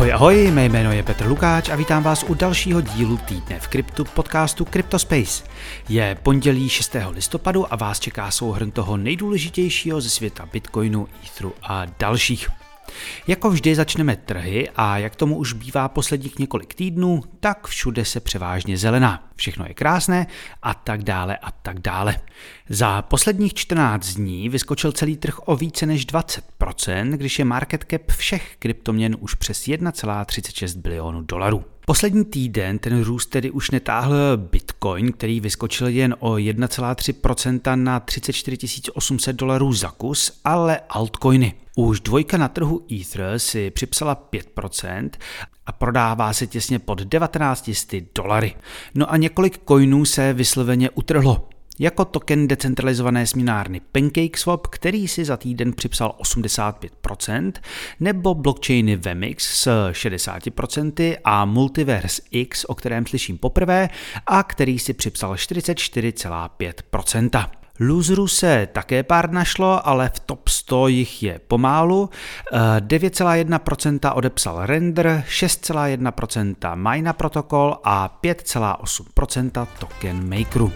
Ahoj, ahoj, mé jméno je Petr Lukáč a vítám vás u dalšího dílu Týdne v kryptu podcastu CryptoSpace. Je pondělí 6. listopadu a vás čeká souhrn toho nejdůležitějšího ze světa Bitcoinu, Etheru a dalších. Jako vždy začneme trhy a jak tomu už bývá posledních několik týdnů, tak všude se převážně zelená. Všechno je krásné a tak dále a tak dále. Za posledních 14 dní vyskočil celý trh o více než 20%, když je market cap všech kryptoměn už přes 1,36 bilionu dolarů. Poslední týden ten růst tedy už netáhl Bitcoin, který vyskočil jen o 1,3% na 34 800 dolarů za kus, ale altcoiny. Už dvojka na trhu Ether si připsala 5% a prodává se těsně pod 1900 dolary. No a několik coinů se vysloveně utrhlo. Jako token decentralizované směnárny PancakeSwap, který si za týden připsal 85%, nebo blockchainy Vemix s 60% a Multiverse X, o kterém slyším poprvé, a který si připsal 44,5%. Loserů se také pár našlo, ale v top 100 jich je pomálu. 9,1% odepsal Render, 6,1% Mina Protocol a 5,8% Token Makeru.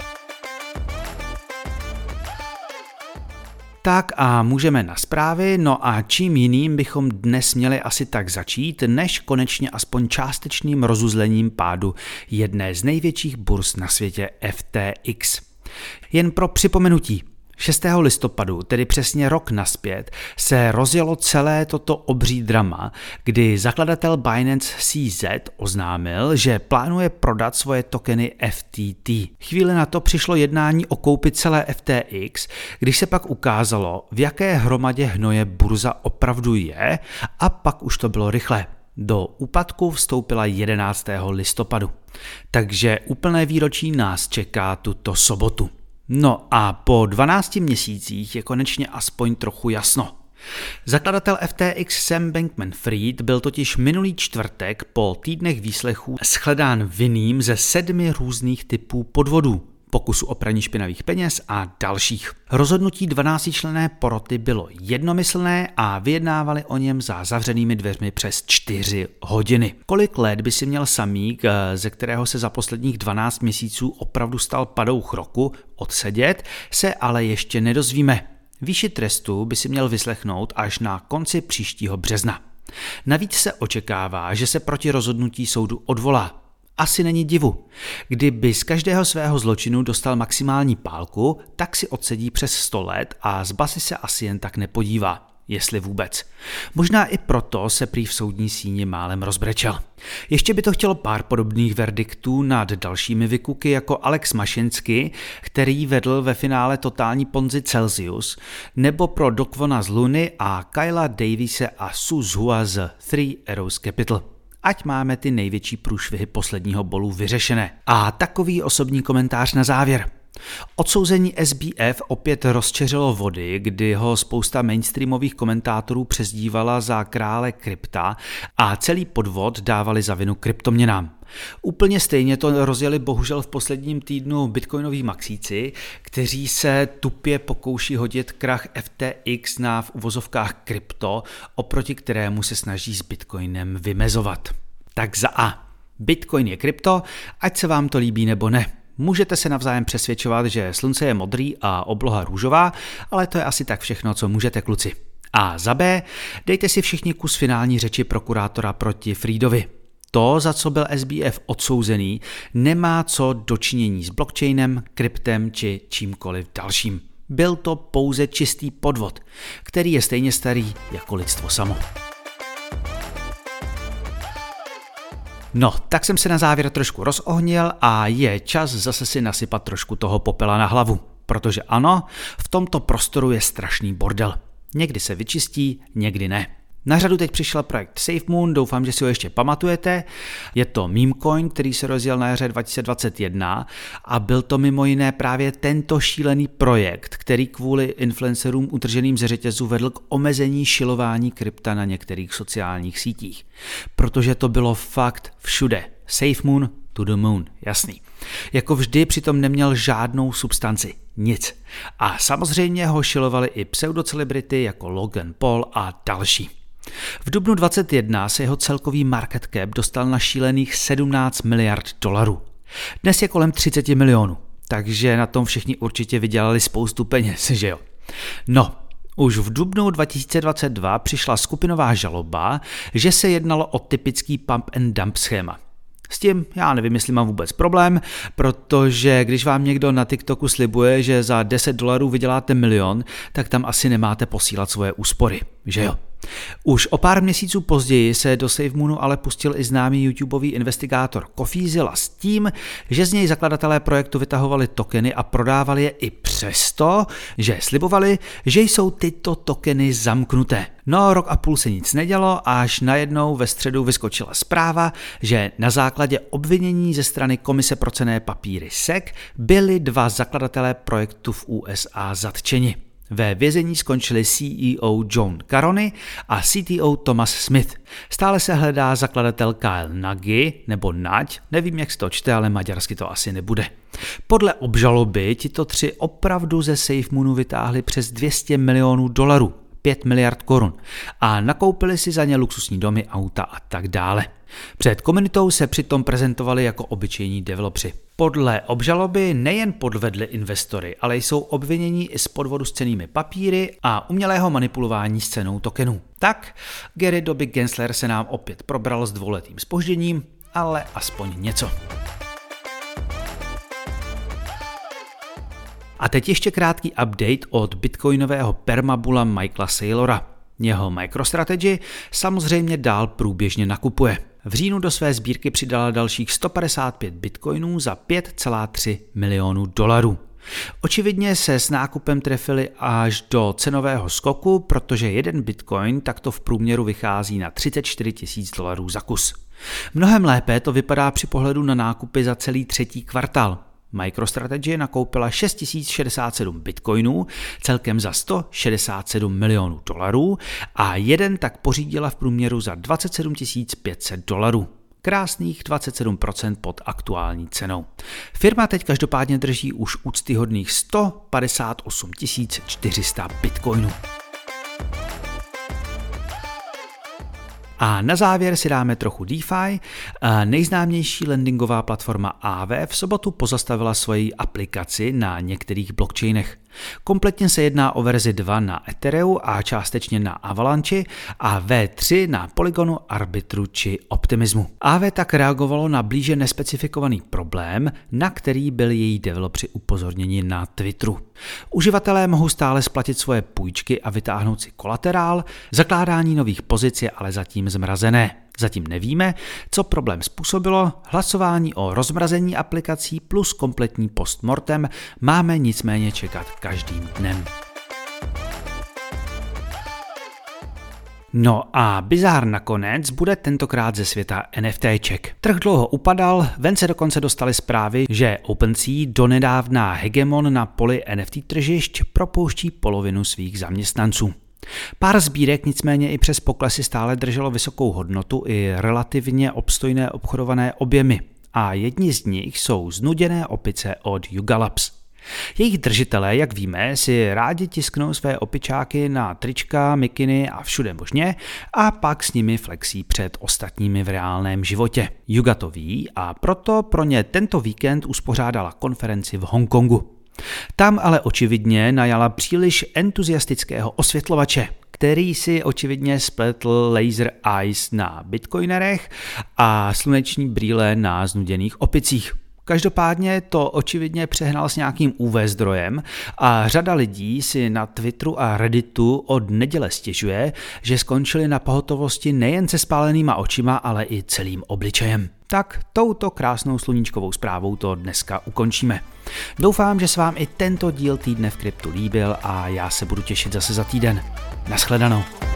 Tak a můžeme na zprávy, no a čím jiným bychom dnes měli asi tak začít, než konečně aspoň částečným rozuzlením pádu jedné z největších burz na světě FTX. Jen pro připomenutí, 6. listopadu, tedy přesně rok nazpět, se rozjelo celé toto obří drama, kdy zakladatel Binance CZ oznámil, že plánuje prodat svoje tokeny FTT. Chvíli na to přišlo jednání o koupi celé FTX, když se pak ukázalo, v jaké hromadě hnoje burza opravdu je, a pak už to bylo rychle. Do úpadku vstoupila 11. listopadu. Takže úplné výročí nás čeká tuto sobotu. No a po 12 měsících je konečně aspoň trochu jasno. Zakladatel FTX Sam Bankman-Fried byl totiž minulý čtvrtek po týdnech výslechů shledán vinným ze 7 různých typů podvodů, pokusu o praní špinavých peněz a dalších. Rozhodnutí 12členné poroty bylo jednomyslné a vyjednávali o něm za zavřenými dveřmi přes 4 hodiny. Kolik let by si měl Samík, ze kterého se za posledních 12 měsíců opravdu stal padouch roku, odsedět, se ale ještě nedozvíme. Výši trestu by si měl vyslechnout až na konci příštího března. Navíc se očekává, že se proti rozhodnutí soudu odvolá. Asi není divu. Kdyby z každého svého zločinu dostal maximální pálku, tak si odsedí přes 100 let a z basy se asi jen tak nepodívá, jestli vůbec. Možná i proto se prý v soudní síni málem rozbrečel. Ještě by to chtělo pár podobných verdiktů nad dalšími vykuky jako Alex Mashinsky, který vedl ve finále totální ponzi Celsius, nebo pro Do Kwona z Luny a Kyla Davise a Su Zhua z Three Arrows Capital. Ať máme ty největší průšvihy posledního bolu vyřešené. A takový osobní komentář na závěr. Odsouzení SBF opět rozčeřilo vody, kdy ho spousta mainstreamových komentátorů přezdívala za krále krypta a celý podvod dávali za vinu kryptoměnám. Úplně stejně to rozjeli bohužel v posledním týdnu bitcoinoví maxíci, kteří se tupě pokouší hodit krach FTX na v uvozovkách krypto, oproti kterému se snaží s bitcoinem vymezovat. Tak za A. Bitcoin je krypto, ať se vám to líbí nebo ne. Můžete se navzájem přesvědčovat, že slunce je modrý a obloha růžová, ale to je asi tak všechno, co můžete, kluci. A za B, dejte si všichni kus finální řeči prokurátora proti Friedovi. To, za co byl SBF odsouzený, nemá co dočinění s blockchainem, kryptem či čímkoliv dalším. Byl to pouze čistý podvod, který je stejně starý jako lidstvo samo. No, tak jsem se na závěr trošku rozohnil a je čas zase si nasypat trošku toho popela na hlavu. Protože ano, v tomto prostoru je strašný bordel. Někdy se vyčistí, někdy ne. Na řadu teď přišel projekt SafeMoon, doufám, že si ho ještě pamatujete. Je to meme coin, který se rozjel na jaře 2021 a byl to mimo jiné právě tento šílený projekt, který kvůli influencerům utrženým ze řetězu vedl k omezení šilování krypta na některých sociálních sítích. Protože to bylo fakt všude. SafeMoon to the moon, jasný. Jako vždy přitom neměl žádnou substanci. Nic. A samozřejmě ho šilovali i pseudocelebrity jako Logan Paul a další. V dubnu 2021 se jeho celkový market cap dostal na šílených 17 miliard dolarů. Dnes je kolem 30 milionů, takže na tom všichni určitě vydělali spoustu peněz, že jo? No, už v dubnu 2022 přišla skupinová žaloba, že se jednalo o typický pump and dump schéma. S tím já nevím, jestli mám vůbec problém, protože když vám někdo na TikToku slibuje, že za $10 vyděláte milion, tak tam asi nemáte posílat svoje úspory, že jo? Už o pár měsíců později se do SafeMoonu ale pustil i známý YouTubeový investigátor CoffeeZilla s tím, že z něj zakladatelé projektu vytahovali tokeny a prodávali je i přesto, že slibovali, že jsou tyto tokeny zamknuté. No, rok a půl se nic nedělo, až najednou ve středu vyskočila zpráva, že na základě obvinění ze strany Komise pro cenné papíry SEC byli 2 zakladatelé projektu v USA zatčeni. Ve vězení skončili CEO John Caroni a CTO Thomas Smith. Stále se hledá zakladatel Kyle Nagy, nebo Nať, nevím jak se to čte, ale maďarsky to asi nebude. Podle obžaloby tito 3 opravdu ze SafeMoonu vytáhli přes $200 milionů, 5 miliard korun a nakoupili si za ně luxusní domy, auta a tak dále. Před komunitou se přitom prezentovali jako obyčejní developři. Podle obžaloby nejen podvedli investory, ale jsou obvinění i z podvodu s cennými papíry a umělého manipulování s cenou tokenů. Tak, Gary Doby Gensler se nám opět probral s 2letým zpožděním, ale aspoň něco. A teď ještě krátký update od bitcoinového permabula Michaela Saylora. Jeho MicroStrategy samozřejmě dál průběžně nakupuje. V říjnu do své sbírky přidala dalších 155 bitcoinů za $5,3 milionů. Očividně se s nákupem trefili až do cenového skoku, protože jeden bitcoin takto v průměru vychází na $34 000 za kus. Mnohem lépe to vypadá při pohledu na nákupy za celý 3. kvartál. MicroStrategy nakoupila 6067 bitcoinů, celkem za $167 milionů a jeden tak pořídila v průměru za $27 500. Krásných 27% pod aktuální cenou. Firma teď každopádně drží už úctyhodných 158 400 bitcoinů. A na závěr si dáme trochu DeFi. Nejznámější lendingová platforma Aave v sobotu pozastavila svoji aplikaci na některých blockchainech. Kompletně se jedná o verzi 2 na Ethereum a částečně na Avalanche a V3 na Polygonu, Arbitru či Optimismu. Aave tak reagovalo na blíže nespecifikovaný problém, na který byli její developři upozorněni na Twitteru. Uživatelé mohou stále splatit svoje půjčky a vytáhnout si kolaterál, zakládání nových pozic je ale zatím zmrazené. Zatím nevíme, co problém způsobilo, hlasování o rozmrazení aplikací plus kompletní postmortem máme nicméně čekat každým dnem. No a bizár nakonec bude tentokrát ze světa NFTček. Trh dlouho upadal, ven se dokonce dostaly zprávy, že OpenSea, donedávna hegemon na poli NFT tržišť, propouští polovinu svých zaměstnanců. Pár sbírek nicméně i přes poklesy stále drželo vysokou hodnotu i relativně obstojné obchodované objemy a jedni z nich jsou znuděné opice od Yuga Labs. Jejich držitelé, jak víme, si rádi tisknou své opičáky na trička, mikiny a všude možně a pak s nimi flexí před ostatními v reálném životě. Yuga to ví a proto pro ně tento víkend uspořádala konferenci v Hongkongu. Tam ale očividně najala příliš entuziastického osvětlovače, který si očividně spletl laser eyes na bitcoinerech a sluneční brýle na znuděných opicích. Každopádně to očividně přehnal s nějakým UV zdrojem a řada lidí si na Twitteru a Redditu od neděle stěžuje, že skončili na pohotovosti nejen se spálenýma očima, ale i celým obličejem. Tak touto krásnou sluníčkovou zprávou to dneska ukončíme. Doufám, že se vám i tento díl Týdne v kryptu líbil a já se budu těšit zase za týden. Naschledanou.